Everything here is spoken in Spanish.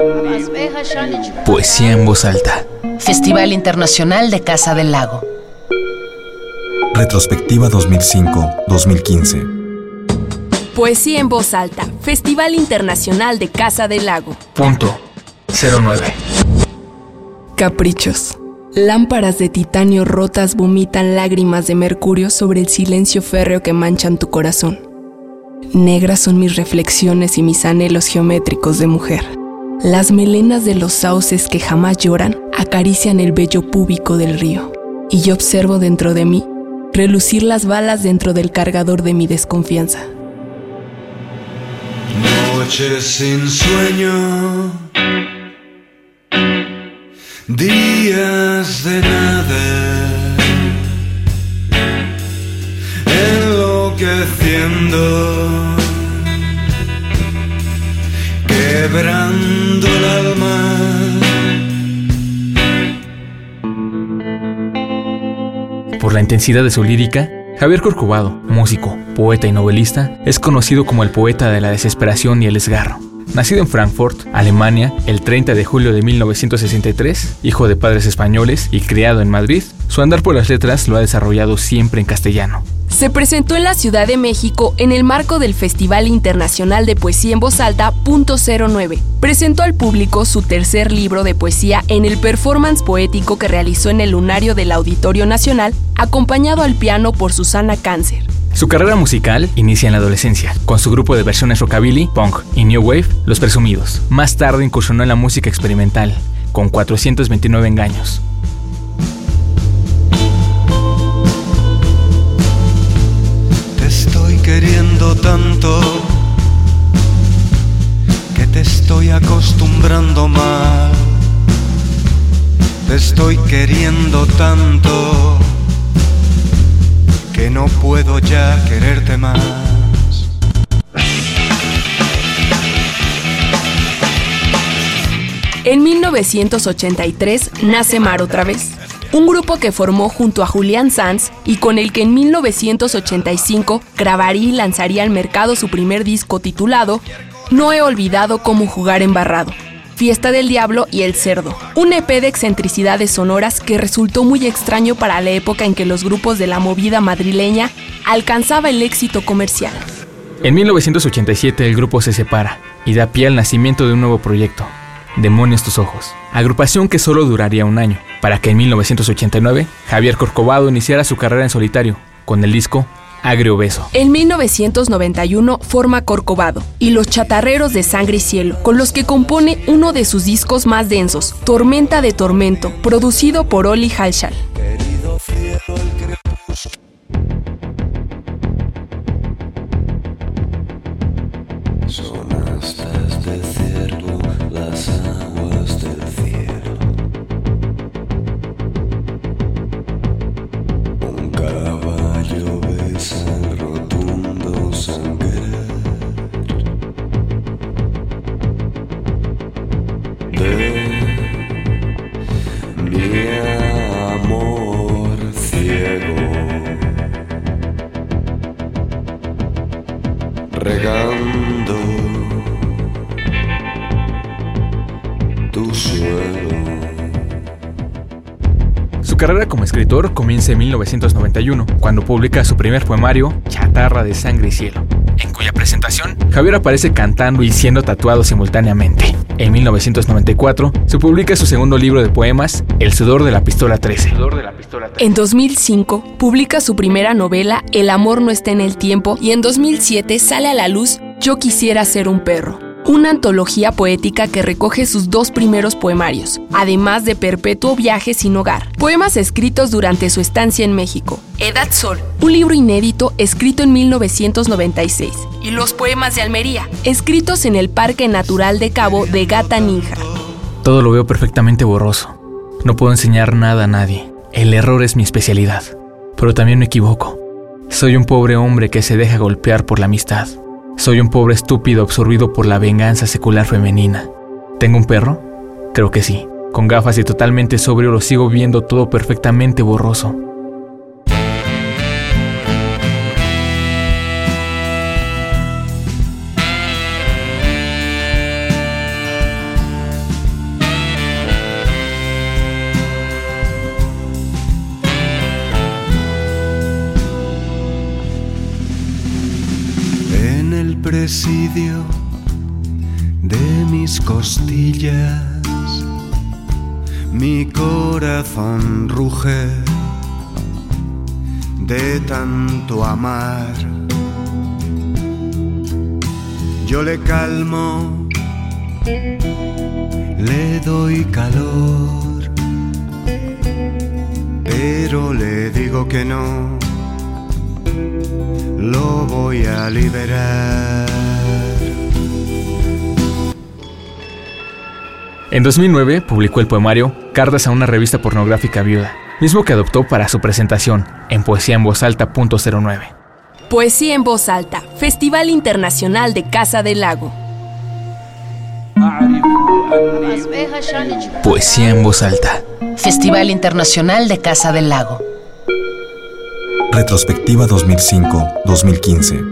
Poesía en voz alta. Festival Internacional de Casa del Lago. Retrospectiva 2005-2015. Poesía en voz alta. Festival Internacional de Casa del Lago. Punto 09. Caprichos. Lámparas de titanio rotas vomitan lágrimas de mercurio sobre el silencio férreo que manchan tu corazón. Negras son mis reflexiones y mis anhelos geométricos de mujer. Las melenas de los sauces que jamás lloran acarician el vello púbico del río. Y yo observo dentro de mí relucir las balas dentro del cargador de mi desconfianza. Noches sin sueño, días de nada, enloqueciendo, quebrando el alma. Por la intensidad de su lírica, Javier Corcovado, músico, poeta y novelista, es conocido como el poeta de la desesperación y el desgarro. Nacido en Frankfurt, Alemania, el 30 de julio de 1963, hijo de padres españoles y criado en Madrid, su andar por las letras lo ha desarrollado siempre en castellano. Se presentó en la Ciudad de México en el marco del Festival Internacional de Poesía en Voz Alta Punto 09. Presentó al público su tercer libro de poesía en el performance poético que realizó en el Lunario del Auditorio Nacional, acompañado al piano por Susana Cáncer. Su carrera musical inicia en la adolescencia, con su grupo de versiones rockabilly, punk y new wave, Los Presumidos. Más tarde incursionó en la música experimental, con 429 engaños. Te estoy queriendo tanto que te estoy acostumbrando mal. Te estoy queriendo tanto que no puedo ya quererte más. En 1983 nace Mar otra vez, un grupo que formó junto a Julián Sanz y con el que en 1985 grabaría y lanzaría al mercado su primer disco titulado No he olvidado cómo jugar embarrado, Fiesta del Diablo y El Cerdo, un EP de excentricidades sonoras que resultó muy extraño para la época en que los grupos de la movida madrileña alcanzaba el éxito comercial. En 1987 el grupo se separa y da pie al nacimiento de un nuevo proyecto, Demonios tus ojos, agrupación que solo duraría un año, para que en 1989 Javier Corcovado iniciara su carrera en solitario, con el disco Agrio Beso. En 1991 forma Corcovado y Los Chatarreros de Sangre y Cielo, con los que compone uno de sus discos más densos, Tormenta de Tormento, producido por Oli Halshal. Regando tu suelo. Su carrera como escritor comienza en 1991, cuando publica su primer poemario, Chatarra de Sangre y Cielo, en cuya presentación Javier aparece cantando y siendo tatuado simultáneamente. En 1994 se publica su segundo libro de poemas, El Sudor de la Pistola 13. En 2005 publica su primera novela, El amor no está en el tiempo, y en 2007 sale a la luz Yo quisiera ser un perro, una antología poética que recoge sus dos primeros poemarios, además de Perpetuo viaje sin hogar, poemas escritos durante su estancia en México, Edad Sol, un libro inédito escrito en 1996, y Los poemas de Almería, escritos en el Parque Natural de Cabo de Gata Ninja. Todo lo veo perfectamente borroso. No puedo enseñar nada a nadie. El error es mi especialidad, pero también me equivoco. Soy un pobre hombre que se deja golpear por la amistad. Soy un pobre estúpido absorbido por la venganza secular femenina. ¿Tengo un perro? Creo que sí. Con gafas y totalmente sobrio lo sigo viendo todo perfectamente borroso. suicidio de mis costillas. Mi corazón ruge de tanto amar. Yo le calmo, le doy calor, pero le digo que no, lo voy a liberar. En 2009 publicó el poemario Cartas a una revista pornográfica viuda, mismo que adoptó para su presentación en Poesía en Voz Alta .09. Poesía en Voz Alta, Festival Internacional de Casa del Lago. Poesía en Voz Alta, Festival Internacional de Casa del Lago. Retrospectiva 2005-2015.